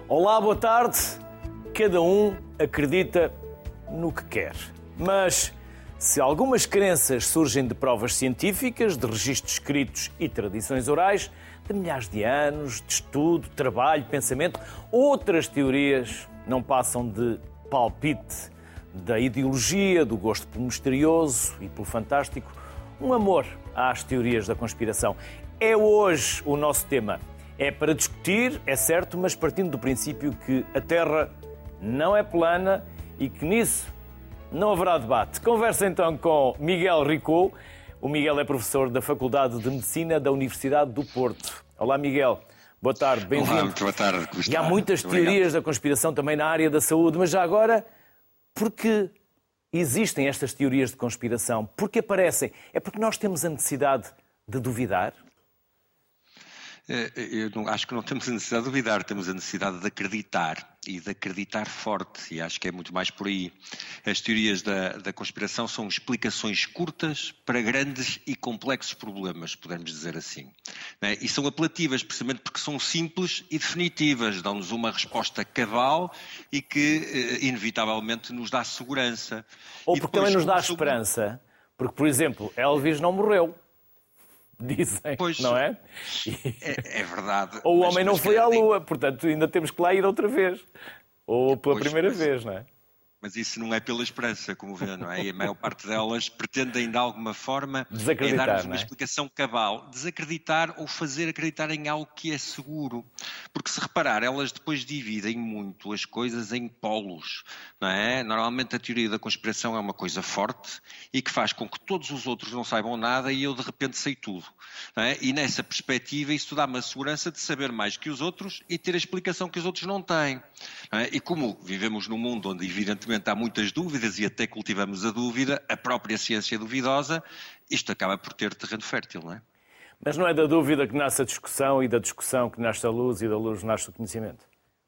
Olá, boa tarde. Cada um acredita no que quer. Mas se algumas crenças surgem de provas científicas, de registros escritos e tradições orais, de milhares de anos, de estudo, trabalho, pensamento, outras teorias não passam de palpite da ideologia, do gosto pelo misterioso e pelo fantástico, um amor às teorias da conspiração. É hoje o nosso tema. É para discutir, é certo, mas partindo do princípio que a Terra não é plana e que nisso não haverá debate. Conversa então com Miguel Ricou. O Miguel é professor da Faculdade de Medicina da Universidade do Porto. Olá, Miguel. Boa tarde, bem-vindo. Olá, muito boa tarde. E há muitas teorias da conspiração também na área da saúde, mas já agora, por que existem estas teorias de conspiração? Por que aparecem? É porque nós temos a necessidade de duvidar? Acho que não temos a necessidade de duvidar, temos a necessidade de acreditar e de acreditar forte, e acho que é muito mais por aí. As teorias da conspiração são explicações curtas para grandes e complexos problemas, podemos dizer assim. E são apelativas precisamente porque são simples e definitivas, dão-nos uma resposta cabal e que inevitavelmente nos dá segurança. Ou porque também nos dá esperança, porque, por exemplo, Elvis não morreu. Dizem, pois, não é? É verdade. Ou o homem não foi à Lua, portanto ainda temos que lá ir outra vez. Ou pela primeira vez, não é? Mas isso não é pela esperança, como vê, não é? E a maior parte delas pretendem, de alguma forma, dar-nos uma explicação cabal. Desacreditar ou fazer acreditar em algo que é seguro. Porque, se reparar, elas depois dividem muito as coisas em polos, não é? Normalmente a teoria da conspiração é uma coisa forte e que faz com que todos os outros não saibam nada e eu, de repente, sei tudo. Não é? E, nessa perspectiva, isso dá-me a segurança de saber mais que os outros e ter a explicação que os outros não têm. Não é? E como vivemos num mundo onde, evidentemente, há muitas dúvidas e até cultivamos a dúvida, a própria ciência duvidosa, isto acaba por ter terreno fértil, não é? Mas não é da dúvida que nasce a discussão e da discussão que nasce a luz e da luz nasce o conhecimento?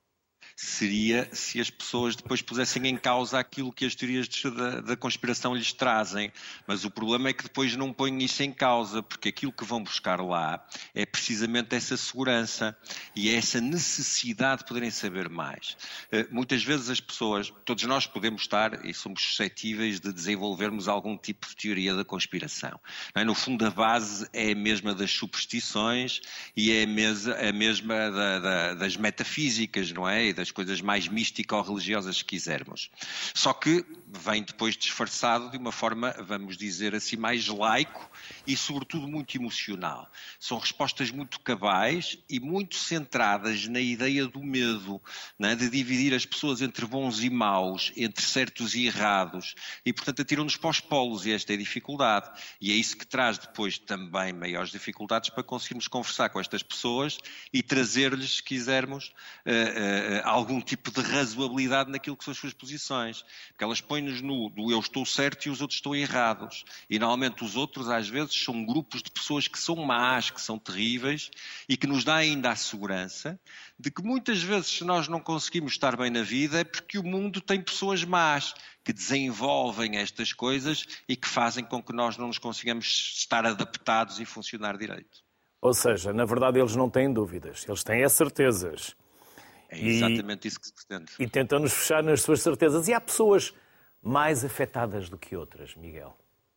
Seria se as pessoas depois pusessem em causa aquilo que as teorias da conspiração lhes trazem. Mas o problema é que depois não põem isso em causa, porque aquilo que vão buscar lá é precisamente essa segurança e é essa necessidade de poderem saber mais. Muitas vezes as pessoas, todos nós podemos estar e somos suscetíveis de desenvolvermos algum tipo de teoria da conspiração. Não é? No fundo, a base é a mesma das superstições e é a mesma das metafísicas, não é? E das coisas mais místico-religiosas, se quisermos. Só que vem depois disfarçado de uma forma, vamos dizer assim, mais laico e, sobretudo, muito emocional. São respostas muito cabais e muito centradas na ideia do medo, né? De dividir as pessoas entre bons e maus, entre certos e errados, e, portanto, atiram-nos para os polos, e esta é a dificuldade. E é isso que traz depois também maiores dificuldades para conseguirmos conversar com estas pessoas e trazer-lhes, se quisermos, algum tipo de razoabilidade naquilo que são as suas posições. Porque elas põem-nos no do eu estou certo e os outros estão errados. E normalmente os outros, às vezes, são grupos de pessoas que são más, que são terríveis e que nos dá ainda a segurança de que muitas vezes, se nós não conseguimos estar bem na vida, é porque o mundo tem pessoas más que desenvolvem estas coisas e que fazem com que nós não nos consigamos estar adaptados e funcionar direito. Ou seja, na verdade eles não têm dúvidas, eles têm as certezas. É exatamente isso que se pretende. E tentam-nos fechar nas suas certezas. E há pessoas mais afetadas do que outras, Miguel?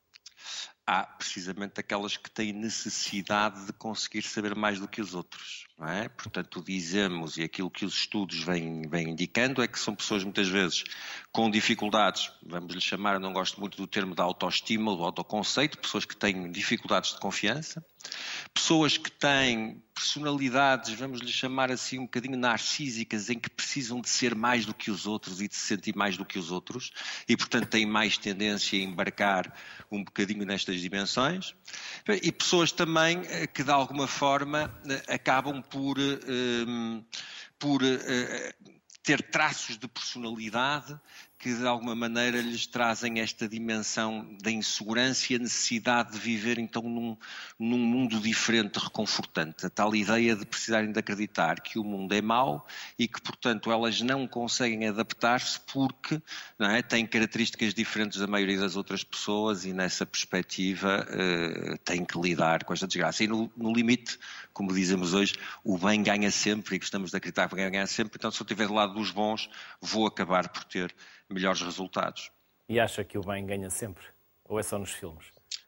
Há precisamente aquelas que têm necessidade de conseguir saber mais do que os outros, não é? Portanto, dizemos, e aquilo que os estudos vêm indicando, é que são pessoas muitas vezes com dificuldades, vamos lhe chamar, não gosto muito do termo da autoestima, do autoconceito, pessoas que têm dificuldades de confiança, pessoas que têm personalidades, vamos lhe chamar assim um bocadinho narcísicas, em que precisam de ser mais do que os outros e de se sentir mais do que os outros e, portanto, têm mais tendência a embarcar um bocadinho nestas dimensões. E pessoas também que, de alguma forma, acabam por ter traços de personalidade que de alguma maneira lhes trazem esta dimensão da insegurança e a necessidade de viver então num mundo diferente, reconfortante. A tal ideia de precisarem de acreditar que o mundo é mau e que, portanto, elas não conseguem adaptar-se porque, não é, têm características diferentes da maioria das outras pessoas e nessa perspectiva têm que lidar com esta desgraça. E no limite, como dizemos hoje, o bem ganha sempre e gostamos de acreditar que o bem ganha sempre. Então, se eu estiver do lado dos bons, vou acabar por ter melhores resultados. E acha que o bem ganha sempre? Ou é só nos filmes?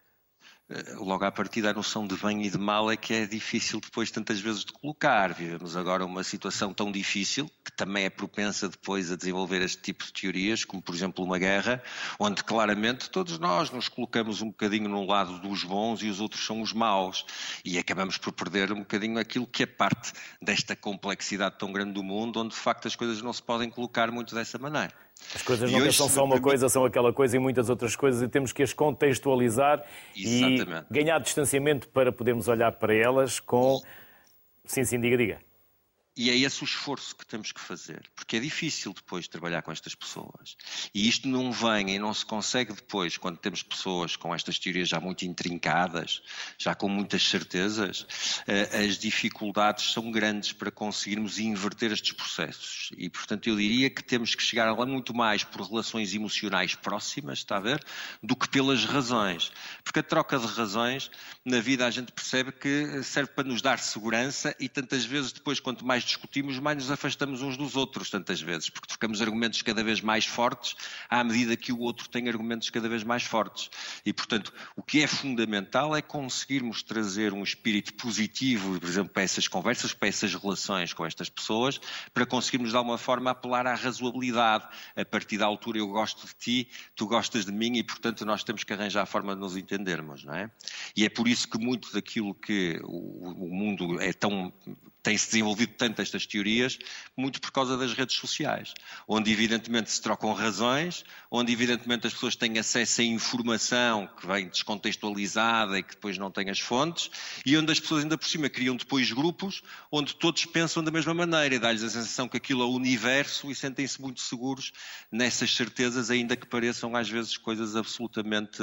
Logo à partida, a noção de bem e de mal é que é difícil depois tantas vezes de colocar. Vivemos agora uma situação tão difícil, que também é propensa depois a desenvolver este tipo de teorias, como por exemplo uma guerra, onde claramente todos nós nos colocamos um bocadinho no lado dos bons e os outros são os maus. E acabamos por perder um bocadinho aquilo que é parte desta complexidade tão grande do mundo, onde de facto as coisas não se podem colocar muito dessa maneira. As coisas nunca são só uma coisa, são aquela coisa e muitas outras coisas e temos que as contextualizar. Exatamente. E ganhar distanciamento para podermos olhar para elas com... Sim, diga. E é esse o esforço que temos que fazer, porque é difícil depois trabalhar com estas pessoas. E isto não vem e não se consegue depois, quando temos pessoas com estas teorias já muito intrincadas, já com muitas certezas, as dificuldades são grandes para conseguirmos inverter estes processos. E, portanto, eu diria que temos que chegar lá muito mais por relações emocionais próximas, está a ver, do que pelas razões. Porque a troca de razões, na vida a gente percebe que serve para nos dar segurança e tantas vezes depois, quanto mais discutimos, mais nos afastamos uns dos outros tantas vezes, porque trocamos argumentos cada vez mais fortes à medida que o outro tem argumentos cada vez mais fortes. E, portanto, o que é fundamental é conseguirmos trazer um espírito positivo, por exemplo, para essas conversas, para essas relações com estas pessoas, para conseguirmos de alguma forma apelar à razoabilidade. A partir da altura eu gosto de ti, tu gostas de mim e, portanto, nós temos que arranjar a forma de nos entendermos, não é? E é por isso que muito daquilo que o mundo é tão... tem-se desenvolvido tanto estas teorias, muito por causa das redes sociais, onde evidentemente se trocam razões, onde evidentemente as pessoas têm acesso a informação que vem descontextualizada e que depois não tem as fontes, e onde as pessoas ainda por cima criam depois grupos onde todos pensam da mesma maneira e dá-lhes a sensação que aquilo é o universo e sentem-se muito seguros nessas certezas, ainda que pareçam às vezes coisas absolutamente,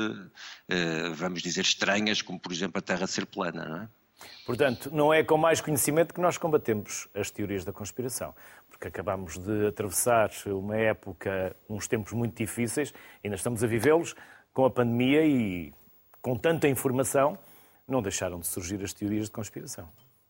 vamos dizer, estranhas, como por exemplo a Terra ser plana, não é? Portanto, não é com mais conhecimento que nós combatemos as teorias da conspiração, porque acabamos de atravessar uma época, uns tempos muito difíceis, ainda estamos a vivê-los com a pandemia e com tanta informação, não deixaram de surgir as teorias de conspiração.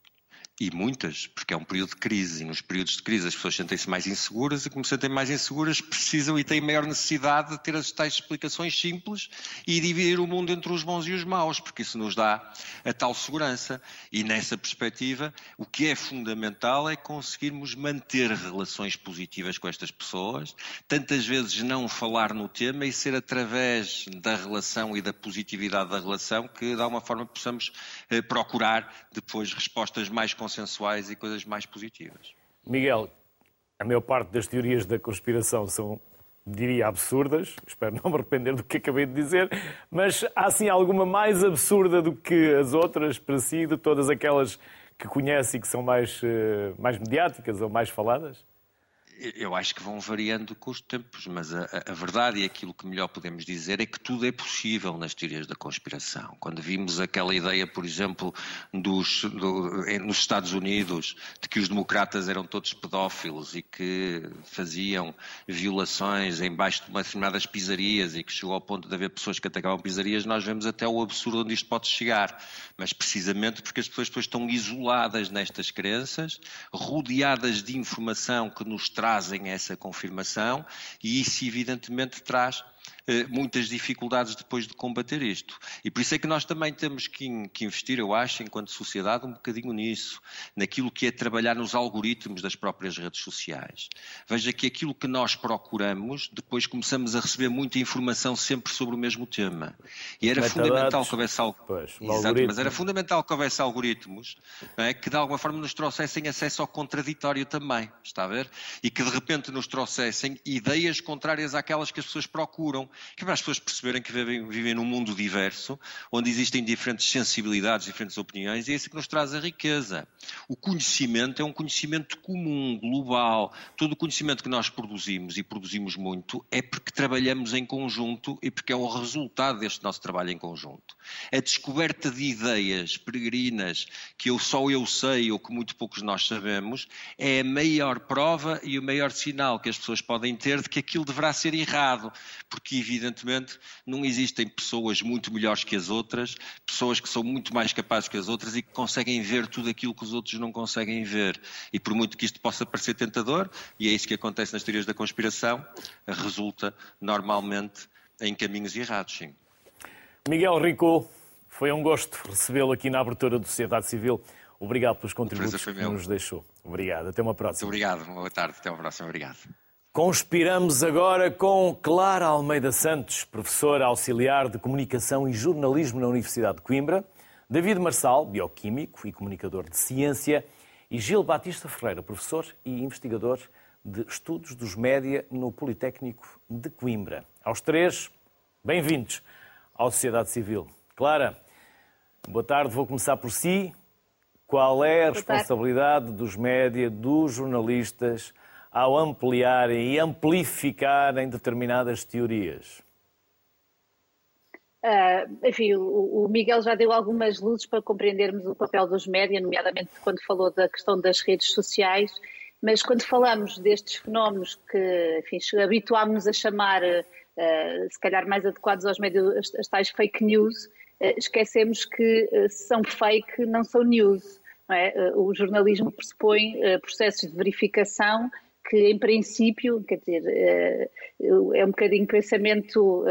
E muitas, porque é um período de crise, e nos períodos de crise as pessoas sentem-se mais inseguras e como se sentem mais inseguras precisam e têm maior necessidade de ter as tais explicações simples e dividir o mundo entre os bons e os maus, porque isso nos dá a tal segurança. E nessa perspectiva, o que é fundamental é conseguirmos manter relações positivas com estas pessoas, tantas vezes não falar no tema e ser através da relação e da positividade da relação que de alguma forma possamos procurar depois respostas mais consensuais e coisas mais positivas. Miguel, a maior parte das teorias da conspiração são, diria, absurdas. Espero não me arrepender do que acabei de dizer, mas há sim alguma mais absurda do que as outras para si, de todas aquelas que conhece e que são mais mediáticas ou mais faladas? Eu acho que vão variando com os tempos, mas a verdade e aquilo que melhor podemos dizer é que tudo é possível nas teorias da conspiração. Quando vimos aquela ideia, por exemplo, nos Estados Unidos, de que os democratas eram todos pedófilos e que faziam violações embaixo de umas determinadas pizzarias e que chegou ao ponto de haver pessoas que atacavam pizzarias, nós vemos até o absurdo onde isto pode chegar. Mas precisamente porque as pessoas depois estão isoladas nestas crenças, rodeadas de informação que nos trazem essa confirmação e isso evidentemente traz muitas dificuldades depois de combater isto. E por isso é que nós também temos que investir, eu acho, enquanto sociedade, um bocadinho nisso, naquilo que é trabalhar nos algoritmos das próprias redes sociais. Veja que aquilo que nós procuramos, depois começamos a receber muita informação sempre sobre o mesmo tema. E era fundamental que houvesse mas era fundamental que houvesse algoritmos, não é, que de alguma forma nos trouxessem acesso ao contraditório também, está a ver? E que de repente nos trouxessem ideias contrárias àquelas que as pessoas procuram. que é para as pessoas perceberem que vivem num mundo diverso, onde existem diferentes sensibilidades, diferentes opiniões, e é isso que nos traz a riqueza. O conhecimento é um conhecimento comum, global. Todo o conhecimento que nós produzimos, e produzimos muito, é porque trabalhamos em conjunto e porque é o resultado deste nosso trabalho em conjunto. A descoberta de ideias peregrinas que só eu sei ou que muito poucos nós sabemos é a maior prova e o maior sinal que as pessoas podem ter de que aquilo deverá ser errado, porque evidentemente não existem pessoas muito melhores que as outras, pessoas que são muito mais capazes que as outras e que conseguem ver tudo aquilo que os outros não conseguem ver. E por muito que isto possa parecer tentador, e é isso que acontece nas teorias da conspiração, resulta normalmente em caminhos errados, sim. Miguel Rico, foi um gosto recebê-lo aqui na abertura do Sociedade Civil. Obrigado pelos contributos que nos deixou. Obrigado, até uma próxima. Muito obrigado, boa tarde, até uma próxima, obrigado. Conspiramos agora com Clara Almeida Santos, professora auxiliar de Comunicação e Jornalismo na Universidade de Coimbra, David Marçal, bioquímico e comunicador de ciência, e Gil Batista Ferreira, professor e investigador de Estudos dos Média no Politécnico de Coimbra. Aos três, bem-vindos à Sociedade Civil. Clara, boa tarde, vou começar por si. Qual é a responsabilidade dos média, dos jornalistas, ao ampliarem e amplificarem determinadas teorias? Enfim, o Miguel já deu algumas luzes para compreendermos o papel dos média, nomeadamente quando falou da questão das redes sociais, mas quando falamos destes fenómenos que, enfim, habituámos-nos a chamar, se calhar mais adequados aos médias, as tais fake news, esquecemos que se são fake, não são news. Não é? O jornalismo pressupõe processos de verificação que, em princípio, quer dizer, é um bocadinho pensamento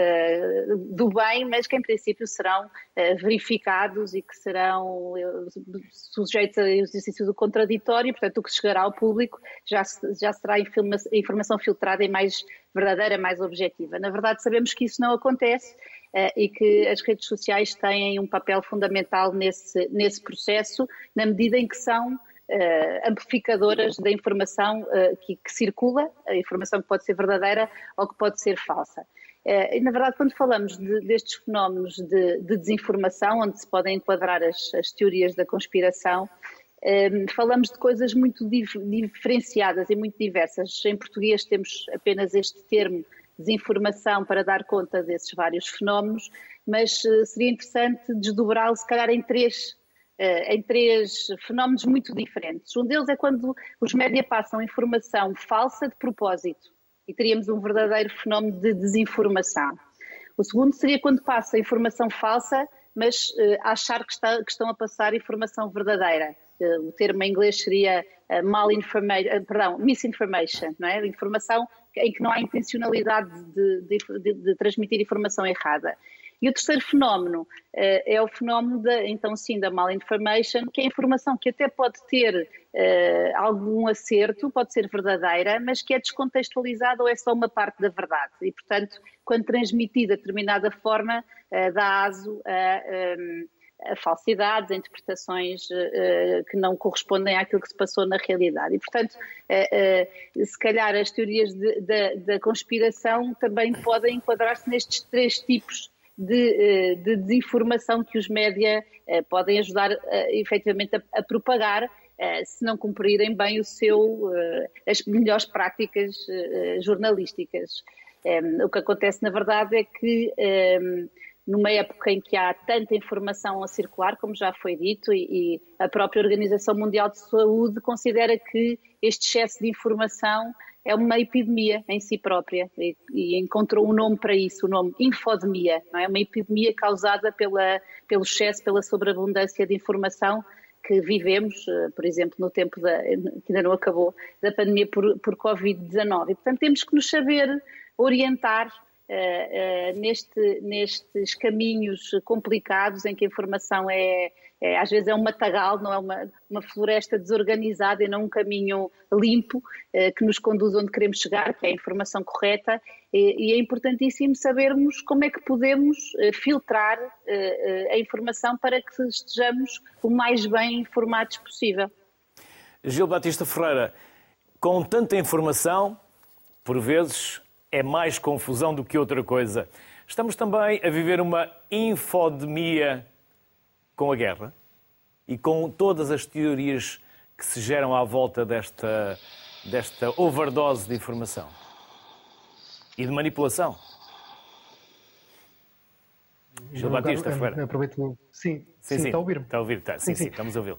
do bem, mas que, em princípio, serão verificados e que serão sujeitos ao exercício do contraditório. Portanto, o que chegará ao público já será informação filtrada e mais verdadeira, mais objetiva. Na verdade, sabemos que isso não acontece e que as redes sociais têm um papel fundamental nesse processo, na medida em que são amplificadoras da informação que circula, a informação que pode ser verdadeira ou que pode ser falsa. E, na verdade, quando falamos destes fenómenos de desinformação, onde se podem enquadrar as teorias da conspiração, falamos de coisas muito diferenciadas e muito diversas. Em português temos apenas este termo, desinformação, para dar conta desses vários fenómenos, mas seria interessante desdobrá-lo, se calhar, em três fenómenos muito diferentes. Um deles é quando os média passam informação falsa de propósito e teríamos um verdadeiro fenómeno de desinformação. O segundo seria quando passa informação falsa, mas a achar que estão a passar informação verdadeira. O termo em inglês seria misinformation, não é? Informação em que não há intencionalidade de transmitir informação errada. E o terceiro fenómeno é o fenómeno da malinformation, que é a informação que até pode ter algum acerto, pode ser verdadeira, mas que é descontextualizada ou é só uma parte da verdade. E, portanto, quando transmitida de determinada forma, dá aso a falsidades, a interpretações que não correspondem àquilo que se passou na realidade. E, portanto, se calhar as teorias da conspiração também podem enquadrar-se nestes três tipos de desinformação que os média podem ajudar efetivamente a propagar, se não cumprirem bem as melhores práticas jornalísticas. O que acontece, na verdade, é que numa época em que há tanta informação a circular, como já foi dito, e a própria Organização Mundial de Saúde considera que este excesso de informação é uma epidemia em si própria e encontrou um nome para isso, o nome infodemia, não é? Uma epidemia causada pelo excesso, pela sobreabundância de informação que vivemos, por exemplo, no tempo que ainda não acabou, da pandemia por Covid-19. E, portanto, temos que nos saber orientar nestes caminhos complicados em que a informação às vezes é um matagal, não é uma floresta desorganizada e não um caminho limpo que nos conduz onde queremos chegar, que é a informação correta, e é importantíssimo sabermos como é que podemos filtrar a informação para que estejamos o mais bem informados possível. Gil Batista Ferreira, com tanta informação, por vezes é mais confusão do que outra coisa. Estamos também a viver uma infodemia com a guerra e com todas as teorias que se geram à volta desta overdose de informação e de manipulação. Gil Batista, Ferreira. Aproveito. Sim, está a ouvir-me? Está a ouvir, está. Sim, estamos a ouvi-lo.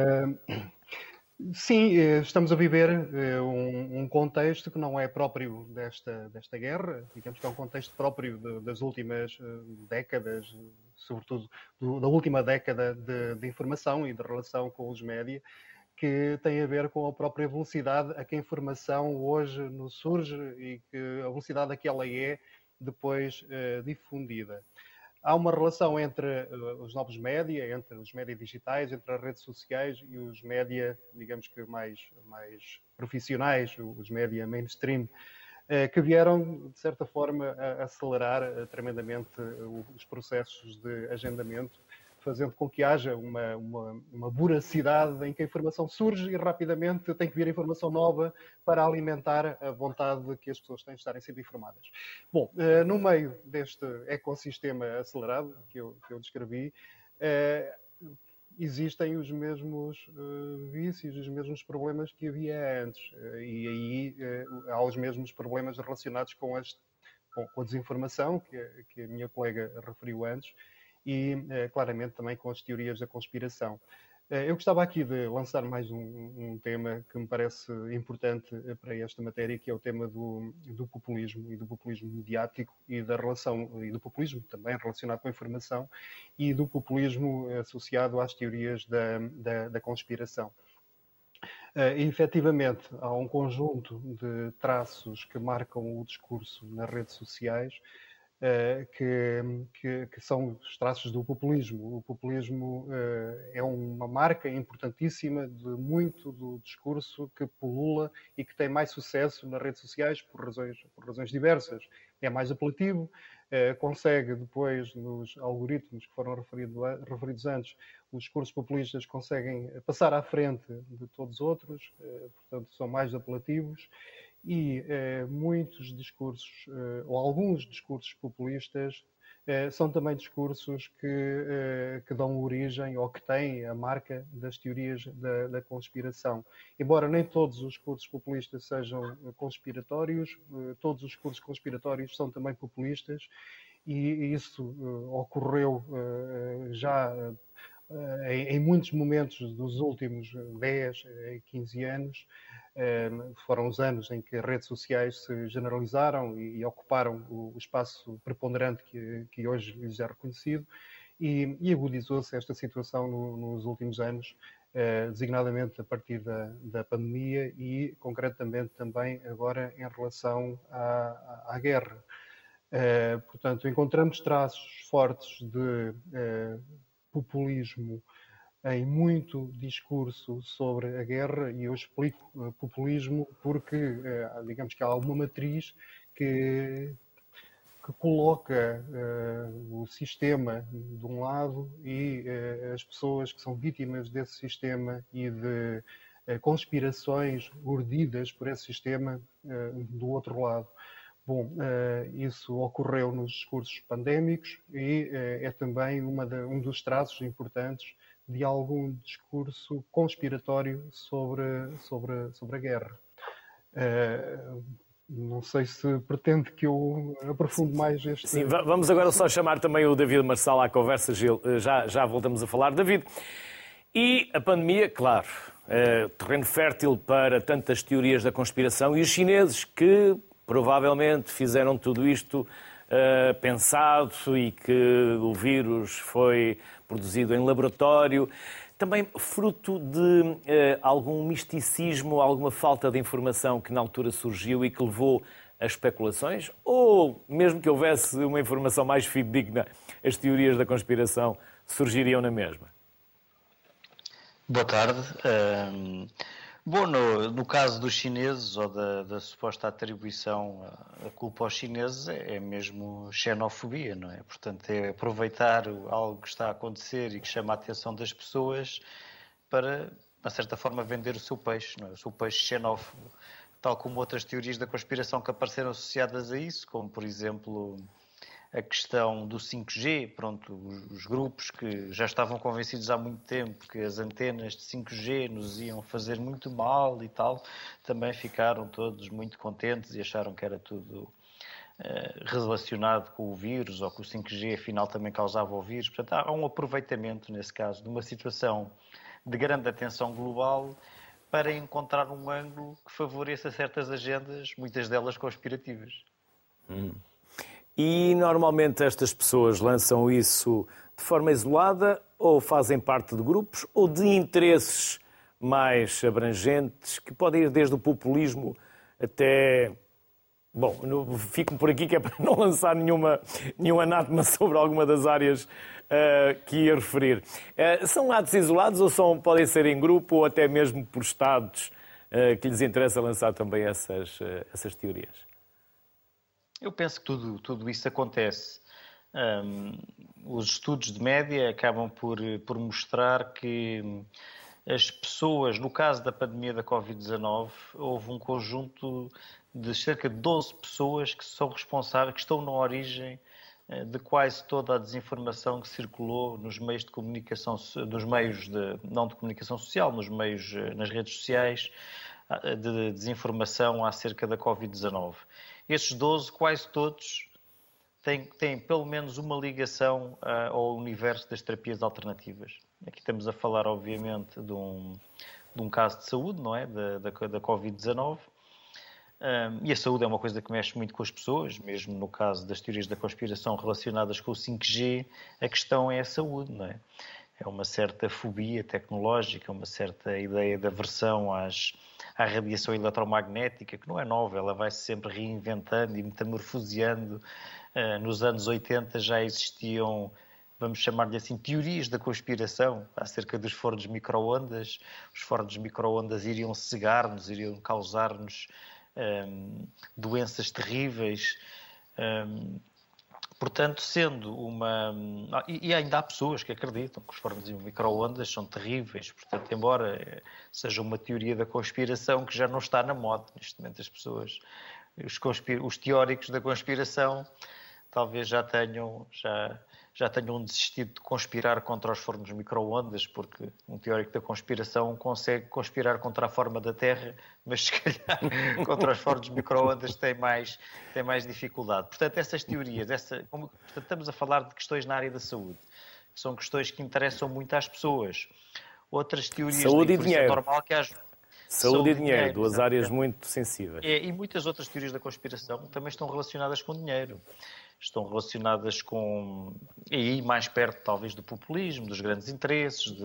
Sim, estamos a viver um contexto que não é próprio desta guerra, digamos que é um contexto próprio das últimas décadas, sobretudo da última década de informação e de relação com os média, que tem a ver com a própria velocidade a que a informação hoje nos surge e que a velocidade a que ela é depois difundida. Há uma relação entre os novos média, entre os média digitais, entre as redes sociais e os média, digamos que mais profissionais, os média mainstream, que vieram, de certa forma, a acelerar tremendamente os processos de agendamento, fazendo com que haja uma voracidade em que a informação surge e rapidamente tem que vir informação nova para alimentar a vontade que as pessoas têm de estarem sempre informadas. Bom, no meio deste ecossistema acelerado que eu descrevi, existem os mesmos vícios, os mesmos problemas que havia antes. E aí há os mesmos problemas relacionados com a desinformação, que a minha colega referiu antes, e claramente também com as teorias da conspiração. Eu gostava aqui de lançar mais um tema que me parece importante para esta matéria, que é o tema do populismo e do populismo mediático e da relação, e do populismo também relacionado com a informação, e do populismo associado às teorias da conspiração. Efetivamente, há um conjunto de traços que marcam o discurso nas redes sociais, que são os traços do populismo. O populismo é uma marca importantíssima de muito do discurso que pulula e que tem mais sucesso nas redes sociais por razões diversas. É mais apelativo, consegue depois, nos algoritmos que foram referidos antes, os discursos populistas conseguem passar à frente de todos os outros, portanto são mais apelativos. E muitos discursos, ou alguns discursos populistas, são também discursos que dão origem ou que têm a marca das teorias da conspiração. Embora nem todos os discursos populistas sejam conspiratórios, todos os discursos conspiratórios são também populistas, e isso ocorreu já em muitos momentos dos últimos 10, 15 anos. Foram os anos em que as redes sociais se generalizaram e ocuparam o espaço preponderante que hoje lhes é reconhecido, e agudizou-se esta situação nos últimos anos, designadamente a partir da pandemia e concretamente também agora em relação à guerra. Portanto, encontramos traços fortes de populismo em muito discurso sobre a guerra, e eu explico populismo porque, digamos que há uma matriz que coloca o sistema de um lado e as pessoas que são vítimas desse sistema e de conspirações urdidas por esse sistema do outro lado. Bom, isso ocorreu nos discursos pandémicos e é também um dos traços importantes de algum discurso conspiratório sobre a guerra. Não sei se pretende que eu aprofunde mais este... Sim, vamos agora só chamar também o David Marçal à conversa, Gil. Já voltamos a falar. David, e a pandemia, claro, terreno fértil para tantas teorias da conspiração, e os chineses que provavelmente fizeram tudo isto pensado e que o vírus foi produzido em laboratório, também fruto de algum misticismo, alguma falta de informação que na altura surgiu e que levou a especulações? Ou, mesmo que houvesse uma informação mais fidedigna, as teorias da conspiração surgiriam na mesma? Boa tarde. Bom, no caso dos chineses, ou da suposta atribuição da culpa aos chineses, é mesmo xenofobia, não é? Portanto, é aproveitar algo que está a acontecer e que chama a atenção das pessoas para, de certa forma, vender o seu peixe, não é? O seu peixe xenófobo. tal como outras teorias da conspiração que apareceram associadas a isso, como, por exemplo, a questão do 5G. Pronto, os grupos que já estavam convencidos há muito tempo que as antenas de 5G nos iam fazer muito mal e tal, também ficaram todos muito contentes e acharam que era tudo relacionado com o vírus, ou que o 5G afinal também causava o vírus. Portanto, há um aproveitamento, nesse caso, de uma situação de grande atenção global para encontrar um ângulo que favoreça certas agendas, muitas delas conspirativas. E normalmente estas pessoas lançam isso de forma isolada ou fazem parte de grupos ou de interesses mais abrangentes que podem ir desde o populismo até... Bom, fico por aqui que é para não lançar nenhum anátema sobre alguma das áreas que ia referir. São atos isolados ou podem ser em grupo ou até mesmo por Estados que lhes interessa lançar também essas teorias? Eu penso que tudo isso acontece. Os estudos de média acabam por mostrar que as pessoas, no caso da pandemia da Covid-19, houve um conjunto de cerca de 12 pessoas que são responsáveis, que estão na origem de quase toda a desinformação que circulou nos meios de comunicação, não de comunicação social, nas redes sociais, de desinformação acerca da Covid-19. Esses 12, quase todos, têm pelo menos uma ligação ao universo das terapias alternativas. Aqui estamos a falar, obviamente, de um caso de saúde, não é? Da Covid-19. E a saúde é uma coisa que mexe muito com as pessoas, mesmo no caso das teorias da conspiração relacionadas com o 5G, a questão é a saúde, não é? É uma certa fobia tecnológica, uma certa ideia de aversão à radiação eletromagnética, que não é nova, ela vai-se sempre reinventando e metamorfoseando. Nos anos 80 já existiam, vamos chamar-lhe assim, teorias da conspiração acerca dos fornos micro-ondas. Os fornos micro-ondas iriam cegar-nos, iriam causar-nos doenças terríveis. Portanto, sendo uma... E ainda há pessoas que acreditam que os fornos micro-ondas são terríveis. Portanto, embora seja uma teoria da conspiração que já não está na moda neste momento, as pessoas, os teóricos da conspiração, talvez já tenham desistido de conspirar contra os fornos micro-ondas, porque um teórico da conspiração consegue conspirar contra a forma da Terra, mas se calhar contra os fornos micro-ondas tem mais dificuldade. Portanto, essas teorias, portanto, estamos a falar de questões na área da saúde, que são questões que interessam muito às pessoas. Outras teorias... Saúde e dinheiro. Normal que haja... Saúde e dinheiro, duas áreas muito sensíveis. E muitas outras teorias da conspiração também estão relacionadas com dinheiro. Estão relacionadas com, e aí mais perto talvez do populismo, dos grandes interesses,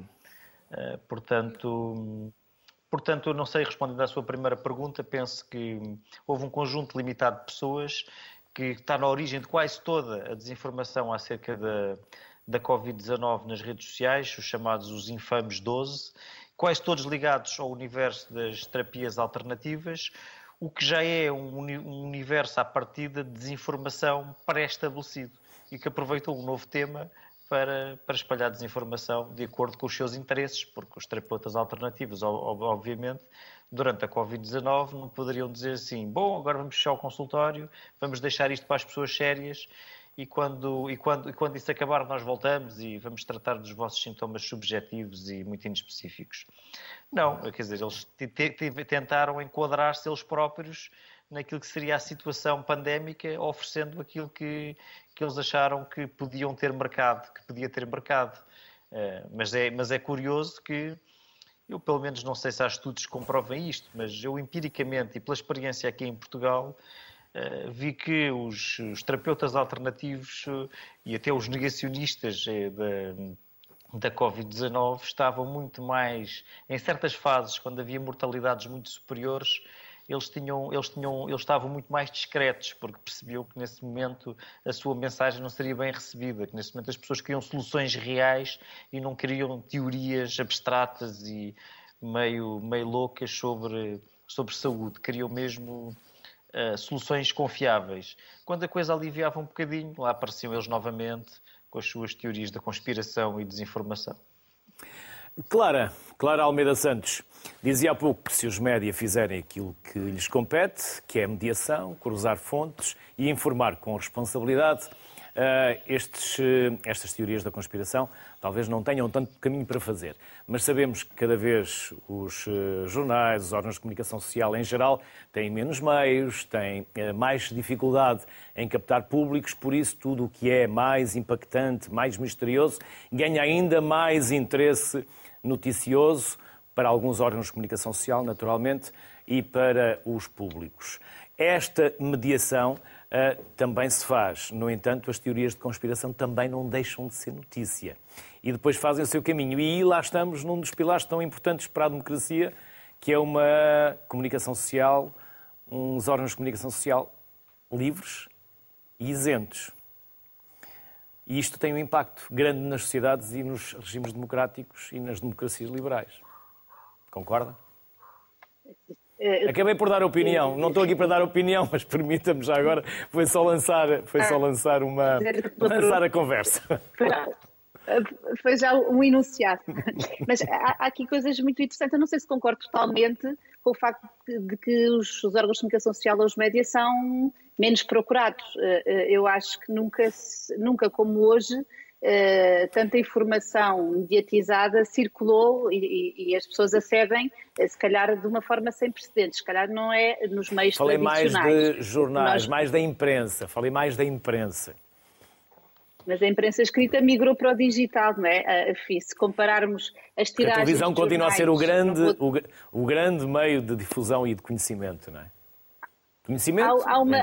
portanto, eu não sei, respondendo à sua primeira pergunta, penso que houve um conjunto limitado de pessoas que está na origem de quase toda a desinformação acerca da Covid-19 nas redes sociais, os infames 12, quase todos ligados ao universo das terapias alternativas, o que já é um universo à partida de desinformação pré-estabelecido e que aproveitou um novo tema para espalhar desinformação de acordo com os seus interesses, porque os terapeutas alternativos, obviamente, durante a Covid-19 não poderiam dizer assim, bom, agora vamos fechar o consultório, vamos deixar isto para as pessoas sérias e quando isso acabar nós voltamos e vamos tratar dos vossos sintomas subjetivos e muito inespecíficos. Não, quer dizer, eles tentaram enquadrar-se eles próprios naquilo que seria a situação pandémica, oferecendo aquilo que eles acharam que podiam ter mercado, que podia ter mercado. Mas é curioso que, eu pelo menos não sei se há estudos que comprovem isto, mas eu empiricamente e pela experiência aqui em Portugal, vi que os terapeutas alternativos e até os negacionistas da Covid-19 estavam muito mais, em certas fases, quando havia mortalidades muito superiores, eles estavam muito mais discretos, porque percebiam que nesse momento a sua mensagem não seria bem recebida, que nesse momento as pessoas queriam soluções reais e não queriam teorias abstratas e meio loucas sobre saúde, queriam mesmo soluções confiáveis. Quando a coisa aliviava um bocadinho, lá apareciam eles novamente com as suas teorias da conspiração e desinformação. Clara, Clara Almeida Santos, dizia há pouco que se os média fizerem aquilo que lhes compete, que é mediação, cruzar fontes e informar com responsabilidade, estas teorias da conspiração talvez não tenham tanto caminho para fazer. Mas sabemos que cada vez os jornais, os órgãos de comunicação social em geral, têm menos meios, têm mais dificuldade em captar públicos, por isso tudo o que é mais impactante, mais misterioso, ganha ainda mais interesse noticioso para alguns órgãos de comunicação social, naturalmente, e para os públicos. Esta mediação também se faz. No entanto, as teorias de conspiração também não deixam de ser notícia. E depois fazem o seu caminho. E lá estamos num dos pilares tão importantes para a democracia, que é uma comunicação social, uns órgãos de comunicação social livres e isentos. E isto tem um impacto grande nas sociedades e nos regimes democráticos e nas democracias liberais. Concorda? Acabei por dar opinião. Não estou aqui para dar opinião, mas permita-me já agora. Foi só lançar a conversa. Foi já um enunciado. Mas há aqui coisas muito interessantes. Eu não sei se concordo totalmente com o facto de que os órgãos de comunicação social ou os médias são menos procurados. Eu acho que nunca como hoje, tanta informação mediatizada circulou e as pessoas acedem, se calhar de uma forma sem precedentes, se calhar não é nos meios tradicionais. Falei mais de jornais, mais da imprensa, falei mais da imprensa. Mas a imprensa escrita migrou para o digital, não é? Enfim, se compararmos as tiragens... A televisão continua a ser o grande meio de difusão e de conhecimento, não é? Conhecimento,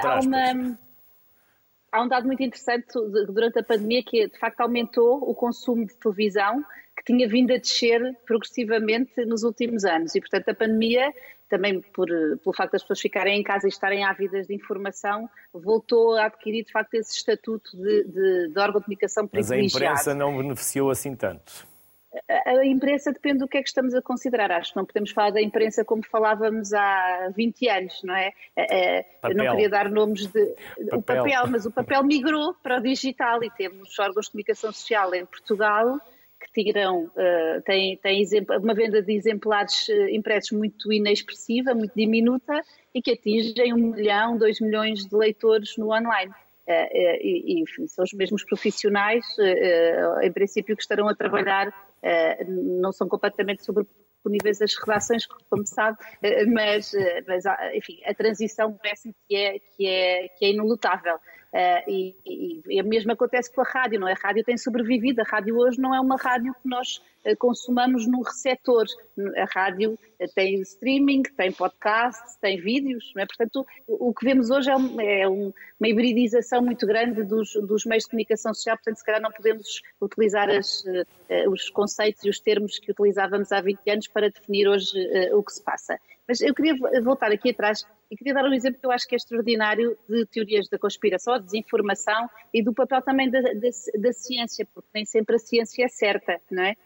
Há um dado muito interessante durante a pandemia que, de facto, aumentou o consumo de televisão, que tinha vindo a descer progressivamente nos últimos anos. E, portanto, a pandemia, também pelo facto das pessoas ficarem em casa e estarem ávidas de informação, voltou a adquirir, de facto, esse estatuto de órgão de comunicação privilegiado. Mas a imprensa não beneficiou assim tanto. A imprensa depende do que é que estamos a considerar. Acho que não podemos falar da imprensa como falávamos há 20 anos, não é? Eu não queria dar nomes o papel, mas o papel migrou para o digital e temos órgãos de comunicação social em Portugal que têm uma venda de exemplares impressos muito inexpressiva, muito diminuta e que atingem 1 milhão, 2 milhões de leitores no online. E são os mesmos profissionais, em princípio, que estarão a trabalhar, não são completamente sobreponíveis as redações, como sabe, mas enfim, a transição parece-me que é inelutável. E a mesma acontece com a rádio, não é? A rádio tem sobrevivido, a rádio hoje não é uma rádio que nós consumamos num receptor. A rádio tem streaming, tem podcast, tem vídeos, não é? Portanto, o que vemos hoje é uma hibridização muito grande dos meios de comunicação social, portanto, se calhar não podemos utilizar os conceitos e os termos que utilizávamos há 20 anos para definir hoje o que se passa. Mas eu queria voltar aqui atrás e queria dar um exemplo que eu acho que é extraordinário de teorias da conspiração, desinformação e do papel também da ciência, porque nem sempre a ciência é certa, não é?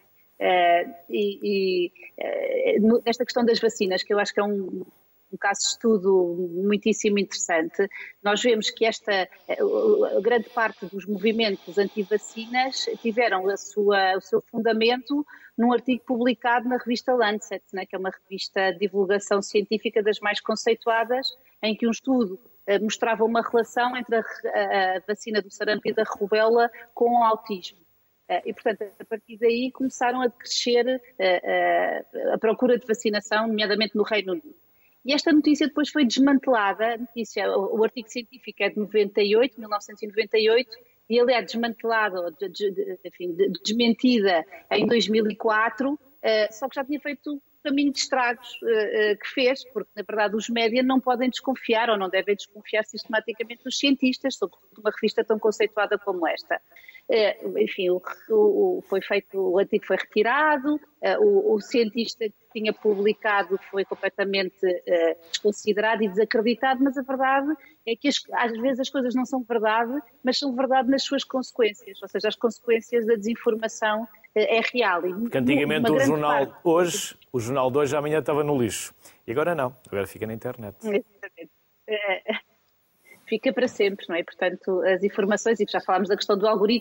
Nesta questão das vacinas, que eu acho que é um caso de estudo muitíssimo interessante, nós vemos que a grande parte dos movimentos anti-vacinas tiveram o seu fundamento num artigo publicado na revista Lancet, né, que é uma revista de divulgação científica das mais conceituadas, em que um estudo mostrava uma relação entre a vacina do sarampo e da rubéola com o autismo. E, portanto, a partir daí começaram a crescer a procura de vacinação, nomeadamente no Reino Unido. E esta notícia depois foi desmantelada, o artigo científico é de 1998, e ele é desmantelado, desmentida em 2004, só que já tinha feito o caminho de estragos que fez, porque na verdade os média não podem desconfiar ou não devem desconfiar sistematicamente dos cientistas, sobretudo uma revista tão conceituada como esta. Enfim, o artigo foi retirado, o cientista que tinha publicado foi completamente desconsiderado e desacreditado, mas a verdade é que às vezes as coisas não são verdade, mas são verdade nas suas consequências, ou seja, as consequências da desinformação é real. Porque antigamente o jornal de hoje amanhã estava no lixo, e agora não, agora fica na internet. Exatamente. Fica para sempre, não é? Portanto, as informações, e já falámos da questão do algoritmo,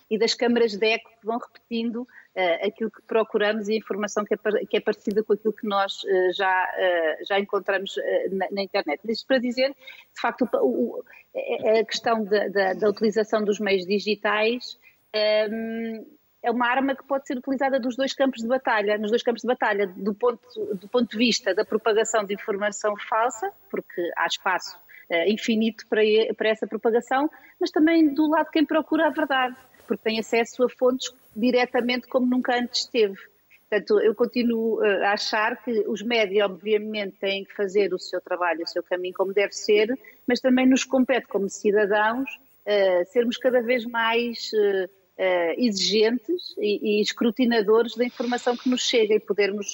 e das câmaras de eco que vão repetindo aquilo que procuramos e a informação que é parecida com aquilo que nós já encontramos na internet. Mas isto para dizer, de facto, a questão da utilização dos meios digitais é uma arma que pode ser utilizada nos dois campos de batalha, do ponto de vista da propagação de informação falsa, porque há espaço infinito para essa propagação, mas também do lado de quem procura a verdade, porque tem acesso a fontes diretamente como nunca antes teve. Portanto, eu continuo a achar que os médias, obviamente, têm que fazer o seu trabalho, o seu caminho como deve ser, mas também nos compete, como cidadãos, sermos cada vez mais exigentes e escrutinadores da informação que nos chega e podermos,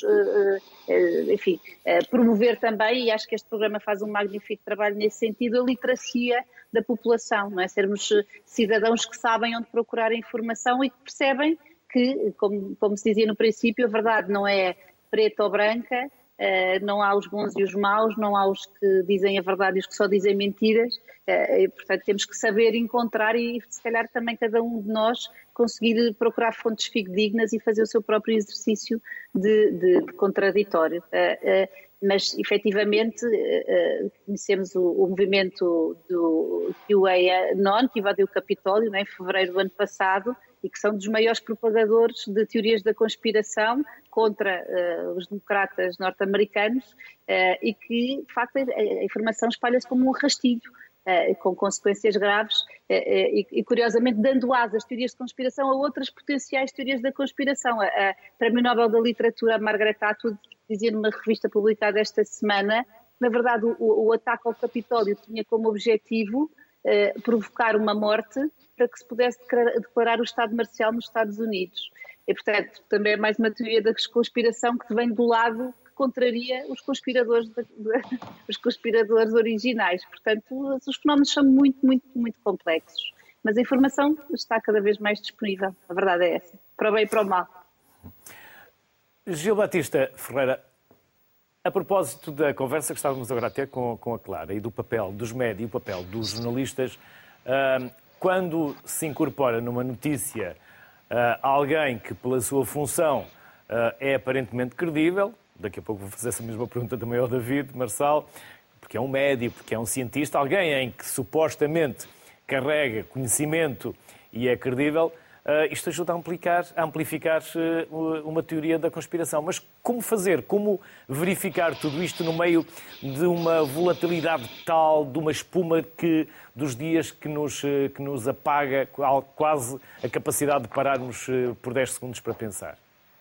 promover também, e acho que este programa faz um magnífico trabalho nesse sentido, a literacia da população, não é? Sermos cidadãos que sabem onde procurar a informação e que percebem que, como se dizia no princípio, a verdade não é preta ou branca, não há os bons e os maus, não há os que dizem a verdade e os que só dizem mentiras, e, portanto temos que saber encontrar e se calhar também cada um de nós conseguir procurar fontes fidedignas e fazer o seu próprio exercício de contraditório. Mas efetivamente conhecemos o movimento do QAnon, que invadiu o Capitólio, né, em fevereiro do ano passado, e que são dos maiores propagadores de teorias da conspiração contra os democratas norte-americanos e que, de facto, a informação espalha-se como um rastilho, com consequências graves e, curiosamente, dando asas às teorias de conspiração a outras potenciais teorias da conspiração. A Prémio Nobel da Literatura, a Margaret Atwood, dizia numa revista publicada esta semana, na verdade, o ataque ao Capitólio tinha como objetivo provocar uma morte para que se pudesse declarar o estado marcial nos Estados Unidos. E, portanto, também é mais uma teoria da conspiração que vem do lado que contraria os conspiradores originais. Portanto, os fenómenos são muito, muito, muito complexos. Mas a informação está cada vez mais disponível. A verdade é essa. Para o bem e para o mal. Gil Batista Ferreira, a propósito da conversa que estávamos agora a ter com a Clara e do papel dos médias e o papel dos jornalistas, quando se incorpora numa notícia alguém que, pela sua função, é aparentemente credível, daqui a pouco vou fazer essa mesma pergunta também ao David Marçal, porque é um médico, porque é um cientista, alguém em que supostamente carrega conhecimento e é credível, isto ajuda a amplificar uma teoria da conspiração. Mas como fazer? Como verificar tudo isto no meio de uma volatilidade tal, de uma espuma dos dias que nos apaga quase a capacidade de pararmos por 10 segundos para pensar?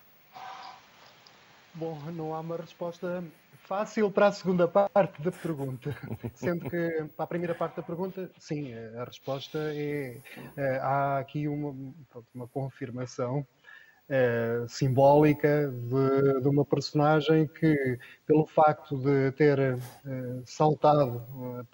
Bom, não há uma resposta fácil para a segunda parte da pergunta, sendo que para a primeira parte da pergunta, sim, a resposta é há aqui uma confirmação simbólica de uma personagem que, pelo facto de ter saltado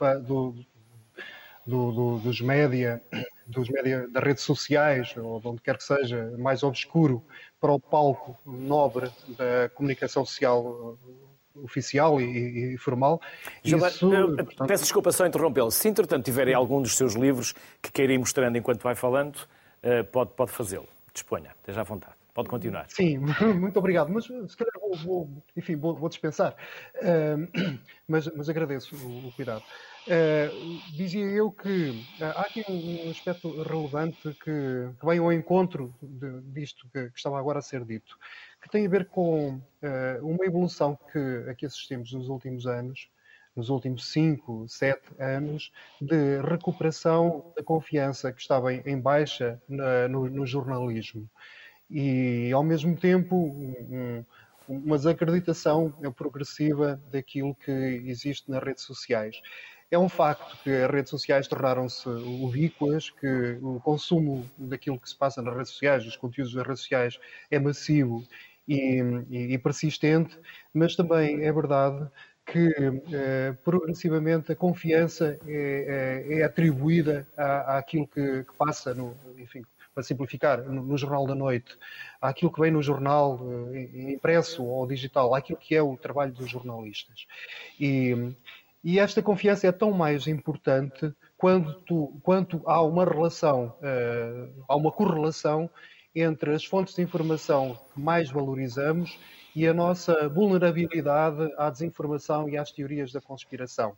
dos média, das redes sociais, ou de onde quer que seja, mais obscuro, para o palco nobre da comunicação social oficial e formal. Peço desculpa só interrompê-lo. Se, entretanto, tiverem algum dos seus livros que queira ir mostrando enquanto vai falando, pode fazê-lo. Disponha, esteja à vontade. Pode continuar. Sim, muito obrigado. Mas se calhar vou dispensar. Mas agradeço o cuidado. Dizia eu que há aqui um aspecto relevante que vem ao encontro disto que estava agora a ser dito, que tem a ver com uma evolução a que assistimos nos últimos anos, nos últimos 5, 7 anos, de recuperação da confiança que estava em baixa no jornalismo. E, ao mesmo tempo, uma desacreditação progressiva daquilo que existe nas redes sociais. É um facto que as redes sociais tornaram-se ubíquas, que o consumo daquilo que se passa nas redes sociais, dos conteúdos das redes sociais, é massivo e persistente, mas também é verdade que progressivamente a confiança é atribuída àquilo que passa, para simplificar, no Jornal da Noite, àquilo que vem no jornal impresso ou digital, àquilo que é o trabalho dos jornalistas. E E esta confiança é tão mais importante quanto há uma relação, há uma correlação entre as fontes de informação que mais valorizamos e a nossa vulnerabilidade à desinformação e às teorias da conspiração.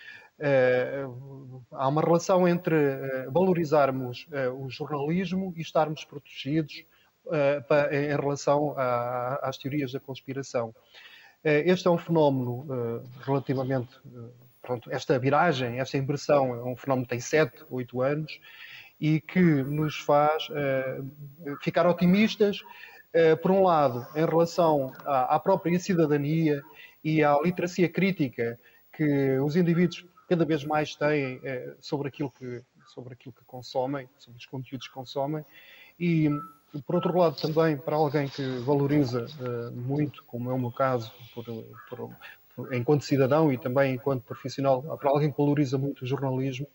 Há uma relação entre valorizarmos o jornalismo e estarmos protegidos em relação às teorias da conspiração. Este é um fenómeno relativamente... Pronto, esta viragem, esta inversão, é um fenómeno que tem 7, 8 anos e que nos faz ficar otimistas, por um lado, em relação à própria cidadania e à literacia crítica que os indivíduos cada vez mais têm sobre aquilo que consomem, sobre os conteúdos que consomem, e, por outro lado, também para alguém que valoriza muito, como é o meu caso, enquanto cidadão e também enquanto profissional, para alguém que valoriza muito o jornalismo,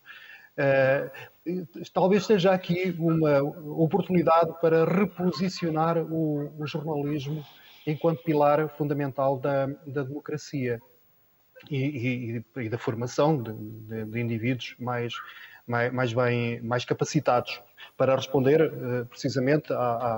talvez esteja aqui uma oportunidade para reposicionar o jornalismo enquanto pilar fundamental da democracia e da formação de indivíduos mais capacitados para responder precisamente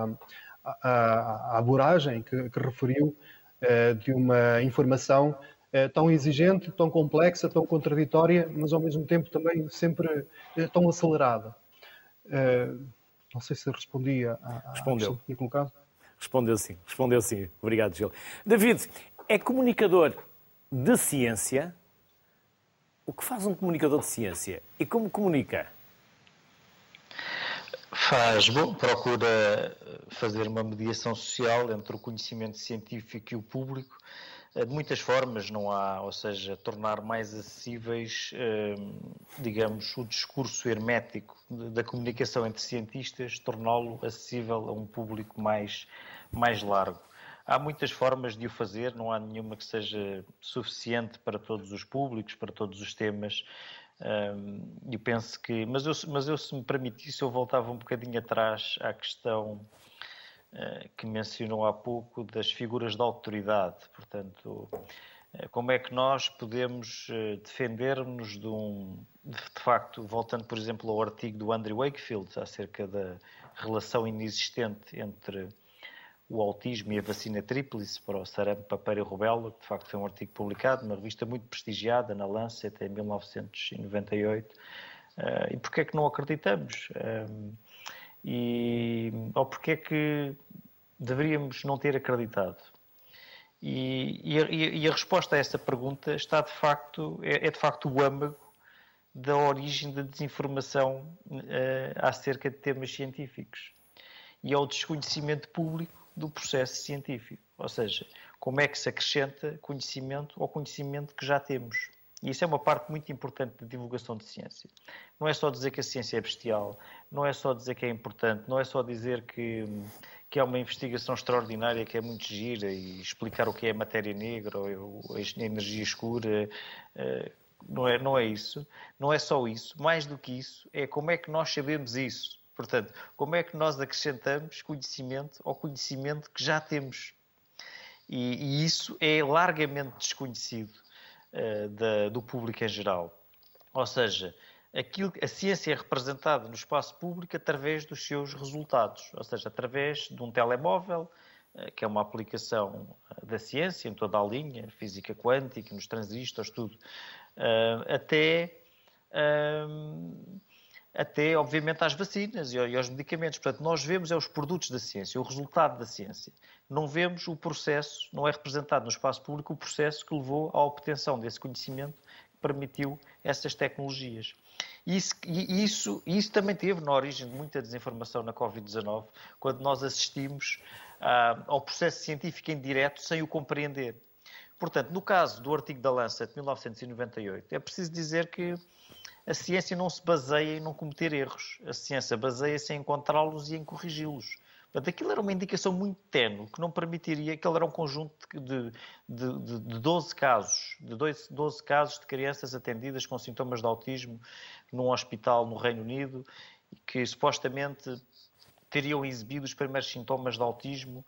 à abordagem que referiu de uma informação tão exigente, tão complexa, tão contraditória, mas ao mesmo tempo também sempre tão acelerada. Não sei se respondi à questão que tinha colocado. Respondeu sim. Obrigado, Gil. David, é comunicador de ciência? O que faz um comunicador de ciência? E como comunica? Procura fazer uma mediação social entre o conhecimento científico e o público, de muitas formas, ou seja, tornar mais acessíveis, digamos, o discurso hermético da comunicação entre cientistas, torná-lo acessível a um público mais largo. Há muitas formas de o fazer, não há nenhuma que seja suficiente para todos os públicos, para todos os temas. E penso que... Mas eu, se me permitisse, eu voltava um bocadinho atrás à questão que mencionou há pouco das figuras de autoridade. Portanto, como é que nós podemos defender-nos de facto, voltando, por exemplo, ao artigo do Andrew Wakefield acerca da relação inexistente entre o autismo e a vacina tríplice para o sarampo, papeira e rubéola, que de facto foi um artigo publicado numa revista muito prestigiada, na Lancet, em 1998. E porquê é que não acreditamos? Ou porquê é que deveríamos não ter acreditado? E a resposta a essa pergunta está de facto o âmago da origem da desinformação acerca de temas científicos. E é o desconhecimento público do processo científico. Ou seja, como é que se acrescenta conhecimento ao conhecimento que já temos. E isso é uma parte muito importante da divulgação de ciência. Não é só dizer que a ciência é bestial, não é só dizer que é importante, não é só dizer que é uma investigação extraordinária, que é muito gira, e explicar o que é a matéria negra ou a energia escura. Não é isso. Não é só isso. Mais do que isso, é como é que nós sabemos isso. Portanto, como é que nós acrescentamos conhecimento ao conhecimento que já temos? E isso é largamente desconhecido do público em geral. Ou seja, a ciência é representada no espaço público através dos seus resultados, ou seja, através de um telemóvel, que é uma aplicação da ciência em toda a linha, física quântica, nos transistores, tudo, até, obviamente, às vacinas e aos medicamentos. Portanto, nós vemos os produtos da ciência, o resultado da ciência. Não vemos o processo, não é representado no espaço público o processo que levou à obtenção desse conhecimento que permitiu essas tecnologias. E isso também teve na origem de muita desinformação na Covid-19, quando nós assistimos ao processo científico em direto sem o compreender. Portanto, no caso do artigo da Lancet de 1998, é preciso dizer que a ciência não se baseia em não cometer erros. A ciência baseia-se em encontrá-los e em corrigi-los. Portanto, aquilo era uma indicação muito ténue, que não permitiria... Aquilo era um conjunto de 12 casos, de 12 casos de crianças atendidas com sintomas de autismo num hospital no Reino Unido, que supostamente teriam exibido os primeiros sintomas de autismo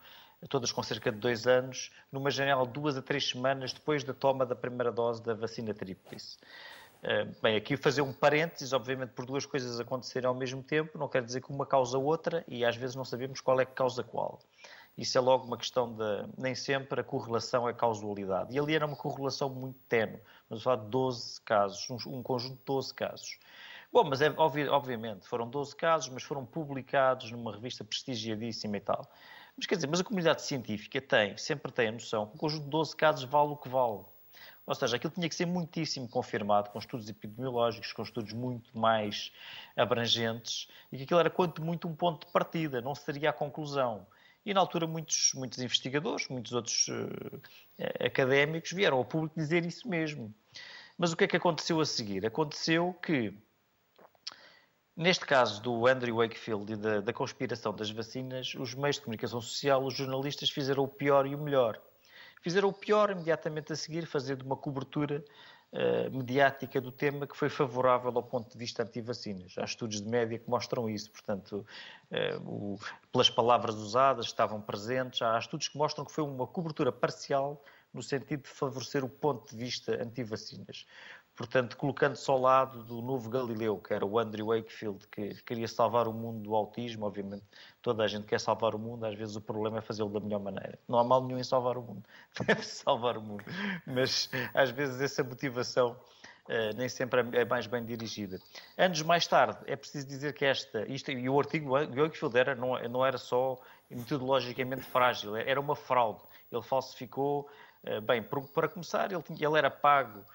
todas com cerca de 2 anos, numa janela de 2 a 3 semanas depois da toma da primeira dose da vacina tríplice. Bem, aqui fazer um parênteses, obviamente por 2 coisas acontecerem ao mesmo tempo, não quer dizer que uma causa outra e às vezes não sabemos qual é que causa qual. Isso é logo uma questão de, nem sempre a correlação é causalidade. E ali era uma correlação muito tenue, mas a falar de 12 casos, um conjunto de 12 casos. Bom, mas obviamente foram 12 casos, mas foram publicados numa revista prestigiadíssima e tal. Mas quer dizer, mas a comunidade científica sempre tem a noção que o conjunto de 12 casos vale o que vale. Ou seja, aquilo tinha que ser muitíssimo confirmado, com estudos epidemiológicos, com estudos muito mais abrangentes, e que aquilo era quanto muito um ponto de partida, não seria a conclusão. E na altura muitos investigadores, muitos outros académicos vieram ao público dizer isso mesmo. Mas o que é que aconteceu a seguir? Aconteceu que, neste caso do Andrew Wakefield e da conspiração das vacinas, os meios de comunicação social, os jornalistas, fizeram o pior e o melhor. Fizeram o pior imediatamente a seguir, fazendo uma cobertura mediática do tema que foi favorável ao ponto de vista anti-vacinas. Há estudos de média que mostram isso, portanto, pelas palavras usadas, estavam presentes. Há estudos que mostram que foi uma cobertura parcial no sentido de favorecer o ponto de vista anti-vacinas. Portanto, colocando-se ao lado do novo Galileu, que era o Andrew Wakefield, que queria salvar o mundo do autismo. Obviamente, toda a gente quer salvar o mundo, às vezes o problema é fazê-lo da melhor maneira. Não há mal nenhum em salvar o mundo, deve-se salvar o mundo. Mas, às vezes, essa motivação nem sempre é mais bem dirigida. Anos mais tarde, é preciso dizer que e o artigo do Wakefield não era só metodologicamente frágil, era uma fraude. Ele falsificou, para começar, ele era pago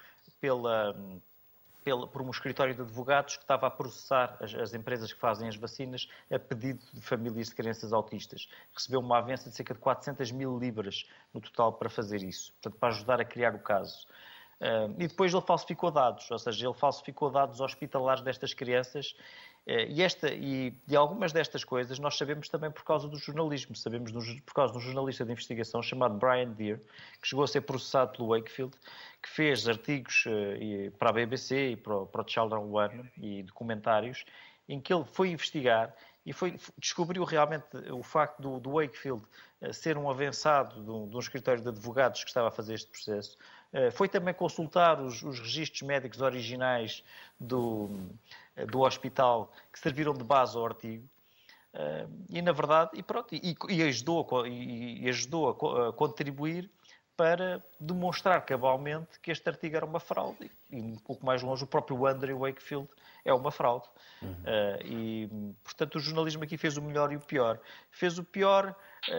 por um escritório de advogados que estava a processar as empresas que fazem as vacinas a pedido de famílias de crianças autistas. Recebeu uma avança de cerca de 400 mil libras no total para fazer isso, portanto, para ajudar a criar o caso. E depois ele falsificou dados, ou seja, ele falsificou dados hospitalares destas crianças e de algumas destas coisas nós sabemos também por causa do jornalismo. Sabemos por causa de um jornalista de investigação chamado Brian Deer, que chegou a ser processado pelo Wakefield, que fez artigos para a BBC e para o Children One e documentários, em que ele foi investigar e descobriu realmente o facto do Wakefield ser um avançado de um escritório de advogados que estava a fazer este processo. Foi também consultar os registros médicos originais do hospital que serviram de base ao artigo e, na verdade, ajudou a contribuir para demonstrar cabalmente que este artigo era uma fraude. E um pouco mais longe, o próprio Andrew Wakefield é uma fraude. E, portanto, o jornalismo aqui fez o melhor e o pior. Fez o pior,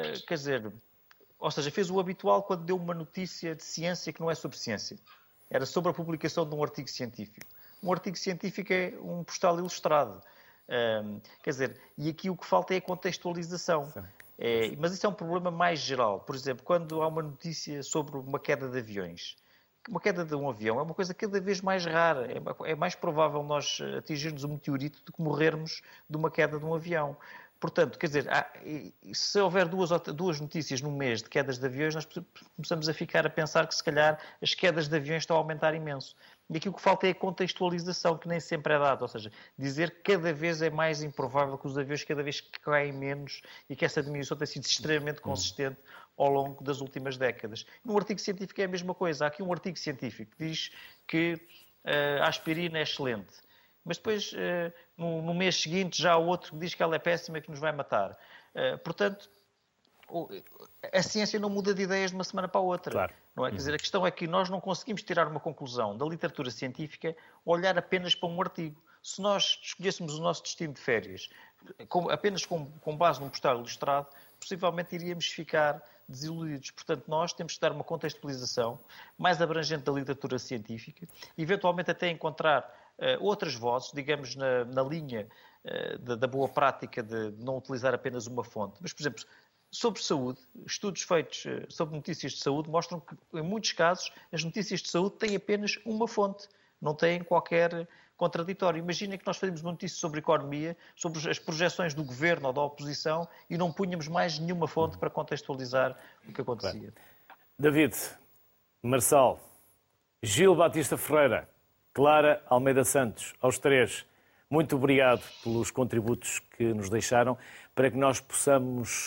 fez o habitual quando deu uma notícia de ciência que não é sobre ciência. Era sobre a publicação de um artigo científico. Um artigo científico é um postal ilustrado. E aqui o que falta é a contextualização. Mas isso é um problema mais geral. Por exemplo, quando há uma notícia sobre uma queda de aviões, uma queda de um avião é uma coisa cada vez mais rara. É mais provável nós atingirmos um meteorito do que morrermos de uma queda de um avião. Portanto, se houver duas notícias no mês de quedas de aviões, nós começamos a ficar a pensar que, se calhar, as quedas de aviões estão a aumentar imenso. E aqui o que falta é a contextualização, que nem sempre é dada. Ou seja, dizer que cada vez é mais improvável que os aviões cada vez caem menos e que essa diminuição tem sido extremamente consistente ao longo das últimas décadas. No artigo científico é a mesma coisa. Há aqui um artigo científico que diz que a aspirina é excelente. Mas depois, no mês seguinte, já há outro que diz que ela é péssima e que nos vai matar. Portanto, a ciência não muda de ideias de uma semana para a outra. Claro. Não é? Quer dizer, a questão é que nós não conseguimos tirar uma conclusão da literatura científica olhar apenas para um artigo. Se nós escolhêssemos o nosso destino de férias apenas com base num postal ilustrado, possivelmente iríamos ficar desiludidos. Portanto, nós temos que dar uma contextualização mais abrangente da literatura científica, eventualmente até encontrar outras vozes, digamos, na linha da boa prática de não utilizar apenas uma fonte. Mas, por exemplo, sobre saúde, estudos feitos sobre notícias de saúde mostram que, em muitos casos, as notícias de saúde têm apenas uma fonte, não têm qualquer contraditório. Imagina que nós fazíamos uma notícia sobre economia, sobre as projeções do governo ou da oposição e não punhamos mais nenhuma fonte para contextualizar o que acontecia. Bem. David, Marçal, Gil Batista Ferreira, Clara Almeida Santos, aos três, muito obrigado pelos contributos que nos deixaram para que nós possamos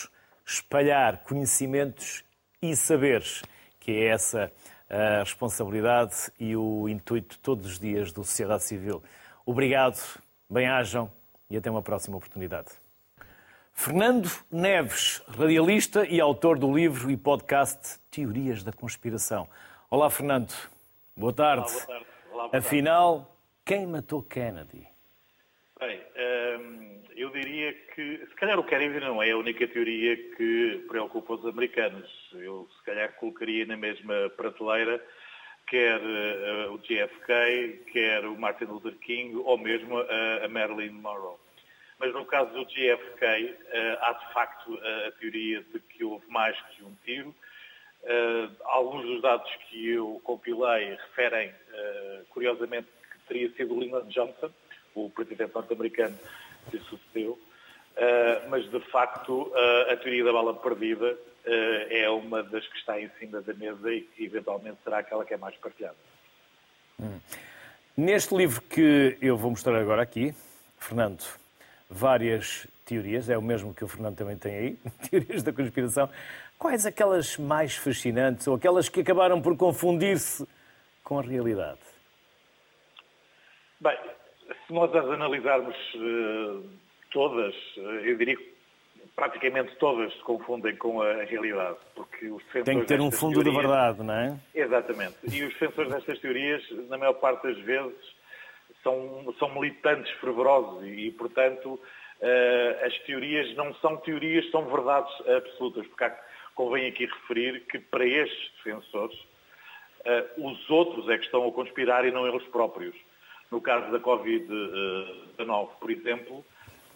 espalhar conhecimentos e saberes, que é essa a responsabilidade e o intuito todos os dias do Sociedade Civil. Obrigado, bem-ajam e até uma próxima oportunidade. Fernando Neves, radialista e autor do livro e podcast Teorias da Conspiração. Olá, Fernando. Boa tarde. Olá, boa tarde. Olá, boa tarde. Afinal, quem matou Kennedy? Bem, eu diria que, se calhar o Kennedy não é a única teoria que preocupa os americanos. Eu, se calhar, colocaria na mesma prateleira quer o JFK, quer o Martin Luther King ou mesmo a Marilyn Monroe. Mas no caso do JFK, há de facto a teoria de que houve mais que um tiro. Alguns dos dados que eu compilei referem, curiosamente, que teria sido Lyndon Johnson, o presidente norte-americano que sucedeu, mas de facto a teoria da bala perdida é uma das que está em cima da mesa e que eventualmente será aquela que é mais partilhada. Neste livro que eu vou mostrar agora aqui, Fernando, várias teorias, é o mesmo que o Fernando também tem aí, teorias da conspiração. Quais aquelas mais fascinantes ou aquelas que acabaram por confundir-se com a realidade? Bem, se nós as analisarmos todas, eu diria que praticamente todas se confundem com a realidade, porque os defensores tem que ter um fundo de verdade, não é? Exatamente. E os defensores destas teorias, na maior parte das vezes, são militantes fervorosos e, portanto, as teorias não são teorias, são verdades absolutas. Porque convém aqui referir que, para estes defensores, os outros é que estão a conspirar e não eles próprios. No caso da Covid-19, por exemplo,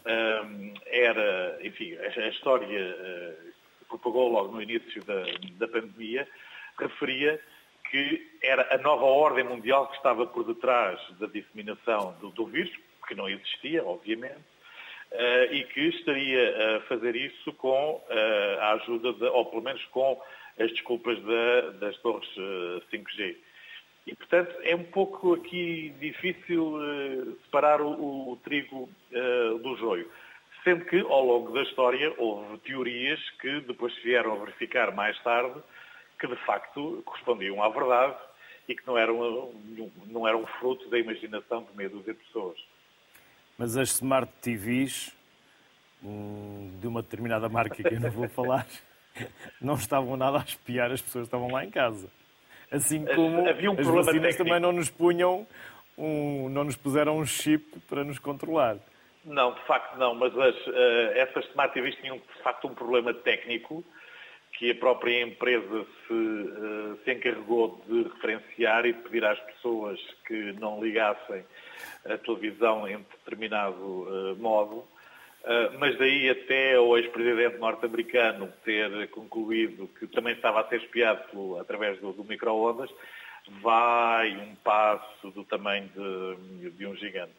enfim, a história que propagou logo no início da pandemia, referia que era a nova ordem mundial que estava por detrás da disseminação do vírus, que não existia, obviamente, e que estaria a fazer isso com a ajuda, ou pelo menos com as desculpas das torres 5G. E, portanto, é um pouco aqui difícil separar o trigo do joio. Sendo que, ao longo da história, houve teorias que depois se vieram a verificar mais tarde que, de facto, correspondiam à verdade e que não eram fruto da imaginação de meia dúzia de pessoas. Mas as Smart TVs, de uma determinada marca que eu não vou falar, não estavam nada a espiar as pessoas que estavam lá em casa. Assim como as vacinas também não nos não nos puseram um chip para nos controlar. Não, de facto não, mas essas Smart TVs tinham de facto um problema técnico que a própria empresa se encarregou de referenciar e de pedir às pessoas que não ligassem a televisão em determinado modo. Mas daí até o ex-presidente norte-americano ter concluído que também estava a ser espiado através do micro-ondas, vai um passo do tamanho de um gigante.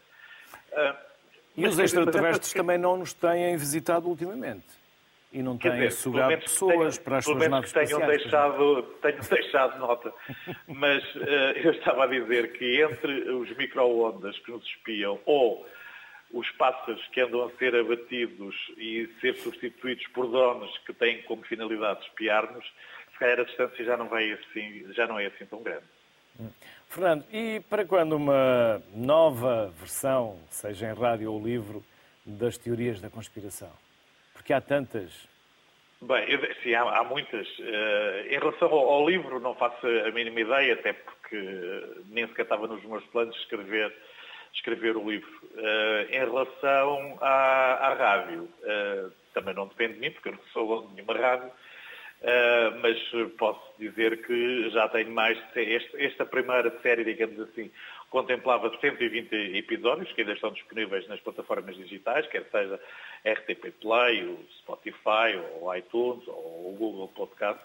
E os extraterrestres também não nos têm visitado ultimamente? E não têm sugado pessoas para as suas naves espaciais? Tenho deixado nota. Mas eu estava a dizer que entre os micro-ondas que nos espiam ou os pássaros que andam a ser abatidos e ser substituídos por drones que têm como finalidade espiar-nos, se calhar a distância já não é assim tão grande. Fernando, e para quando uma nova versão, seja em rádio ou livro, das teorias da conspiração? Porque há tantas. Bem, sim, há muitas. Em relação ao livro, não faço a mínima ideia, até porque nem sequer estava nos meus planos de escrever o livro. Em relação à rádio, também não depende de mim, porque eu não sou de nenhuma rádio, mas posso dizer que já tenho mais... Esta primeira série, digamos assim, contemplava 120 episódios que ainda estão disponíveis nas plataformas digitais, quer seja RTP Play, o Spotify, ou o iTunes, ou o Google Podcast.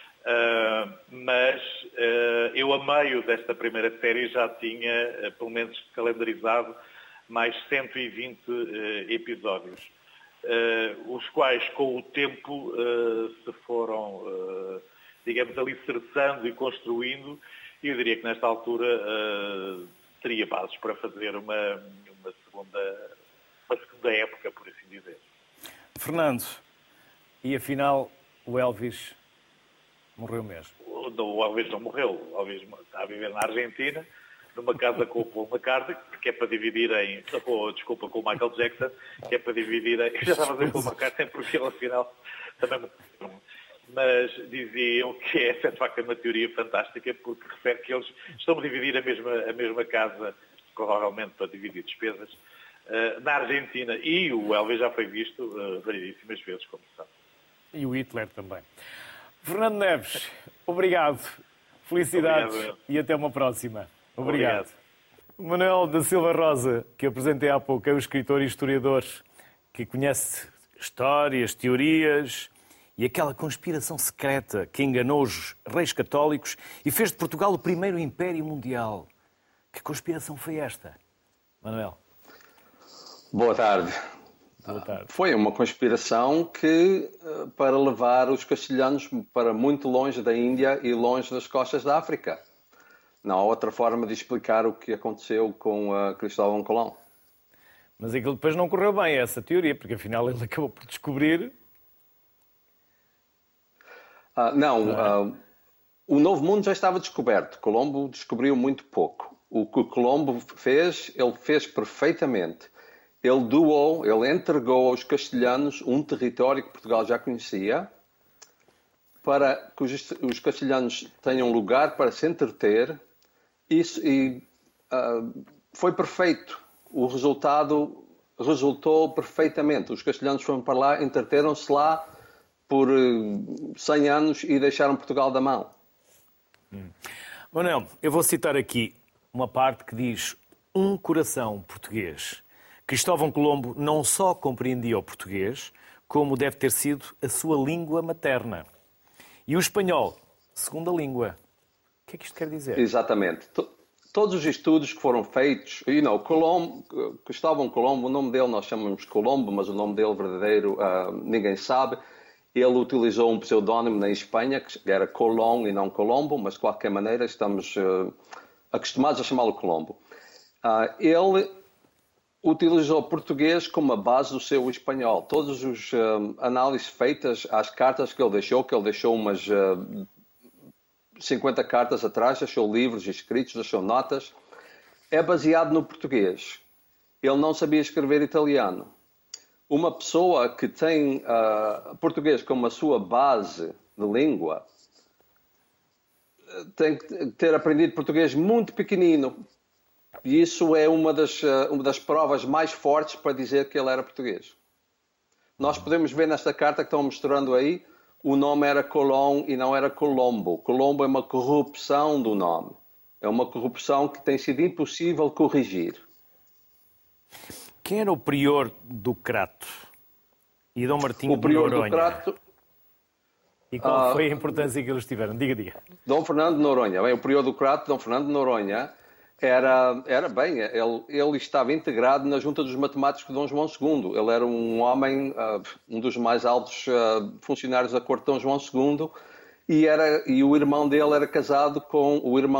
Mas eu, a meio desta primeira série, já tinha, pelo menos calendarizado, mais 120 episódios, os quais, com o tempo, se foram, digamos, alicerçando e construindo, e eu diria que nesta altura teria bases para fazer uma segunda época, por assim dizer. Fernando, E afinal, o Elvis morreu mesmo. O Elvis não morreu. O Elvis está a viver na Argentina, numa casa com o Paul McCartney, que é para dividir em... Desculpa, com o Michael Jackson, que é para dividir em... Eu já estava a dizer com o McCartney, porque ele, afinal, também... Mas dizia eu que essa, de facto, é uma teoria fantástica, porque refere que eles estão a dividir a mesma casa, provavelmente para dividir despesas, na Argentina. E o Elvis já foi visto variedíssimas vezes, como se sabe. E o Hitler também. Fernando Neves, obrigado. Felicidades. Obrigado. E até uma próxima. Obrigado. O Manuel da Silva Rosa, que apresentei há pouco, é um escritor e historiador que conhece histórias, teorias e aquela conspiração secreta que enganou os reis católicos e fez de Portugal o primeiro império mundial. Que conspiração foi esta, Manuel? Boa tarde. Boa tarde. Foi uma conspiração para levar os castelhanos para muito longe da Índia e longe das costas da África. Não há outra forma de explicar o que aconteceu com Cristóvão Colombo. Mas aquilo depois não correu bem, essa teoria, porque afinal ele acabou por descobrir... O Novo Mundo já estava descoberto. Colombo descobriu muito pouco. O que Colombo fez, ele fez perfeitamente. Ele entregou aos castelhanos um território que Portugal já conhecia, para que os castelhanos tenham lugar para se entreter. Foi perfeito. O resultado resultou perfeitamente. Os castelhanos foram para lá, entreteram-se lá por 100 anos e deixaram Portugal da mão. Manuel, eu vou citar aqui uma parte que diz: um coração português. Cristóvão Colombo não só compreendia o português, como deve ter sido a sua língua materna. E o espanhol, segunda língua. O que é que isto quer dizer? Exatamente. Todos os estudos que foram feitos... Cristóvão Colombo, o nome dele nós chamamos Colombo, mas o nome dele verdadeiro ninguém sabe. Ele utilizou um pseudónimo na Espanha, que era Colón e não Colombo, mas de qualquer maneira estamos acostumados a chamá-lo Colombo. Ele utilizou português como a base do seu espanhol. Todas as análises feitas às cartas que ele deixou umas 50 cartas atrás, deixou livros escritos, deixou notas, é baseado no português. Ele não sabia escrever italiano. Uma pessoa que tem português como a sua base de língua tem que ter aprendido português muito pequenino. E isso é uma das provas mais fortes para dizer que ele era português. Nós podemos ver nesta carta que estão mostrando aí, o nome era Colón e não era Colombo. Colombo é uma corrupção do nome. É uma corrupção que tem sido impossível corrigir. Quem era o prior do Crato? E Dom Martinho de Noronha? O prior do Crato... E qual foi a importância que eles tiveram? Diga. Dom Fernando de Noronha. Bem, o prior do Crato, Dom Fernando de Noronha, ele estava integrado na Junta dos Matemáticos de Dom João II. Ele era um homem, um dos mais altos funcionários da corte de Dom João II, e o irmão dele era casado com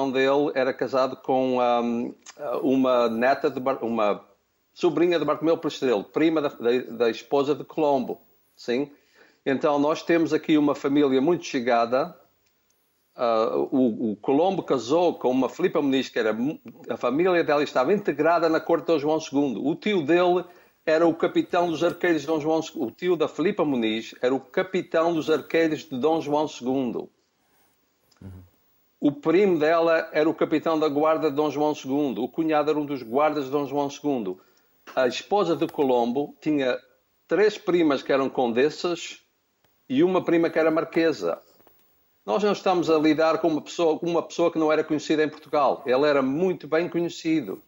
uma sobrinha de Bartolomeu Pestrelo, prima da esposa de Colombo. Sim? Então nós temos aqui uma família muito chegada. O Colombo casou com uma Filipa Muniz, que era a família dela estava integrada na corte de Dom João II. O tio dele era o capitão dos arqueiros de Dom João II. O tio da Filipa Muniz era o capitão dos arqueiros de Dom João II. O primo dela era o capitão da guarda de Dom João II. O cunhado era um dos guardas de Dom João II. A esposa de Colombo tinha 3 primas que eram condessas e uma prima que era marquesa. Nós não estamos a lidar com uma pessoa que não era conhecida em Portugal. Ele era muito bem conhecido.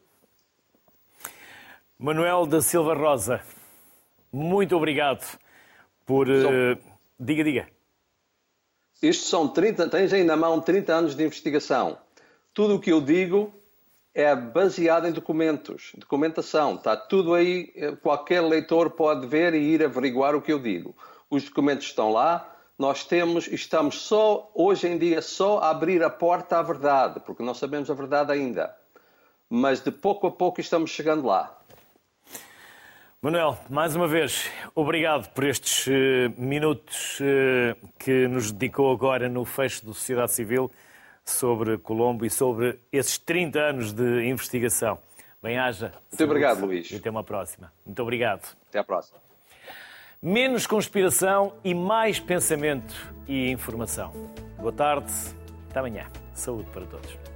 Manuel da Silva Rosa, muito obrigado por... Diga. Isto são 30... Tens aí na mão 30 anos de investigação. Tudo o que eu digo é baseado em documentos, documentação. Está tudo aí, qualquer leitor pode ver e ir averiguar o que eu digo. Os documentos estão lá. Nós estamos hoje em dia, só a abrir a porta à verdade, porque não sabemos a verdade ainda. Mas de pouco a pouco estamos chegando lá. Manuel, mais uma vez, obrigado por estes minutos que nos dedicou agora no fecho da sociedade civil sobre Colombo e sobre esses 30 anos de investigação. Bem-haja. Muito obrigado, Luís. E até uma próxima. Muito obrigado. Até à próxima. Menos conspiração e mais pensamento e informação. Boa tarde. Até amanhã. Saúde para todos.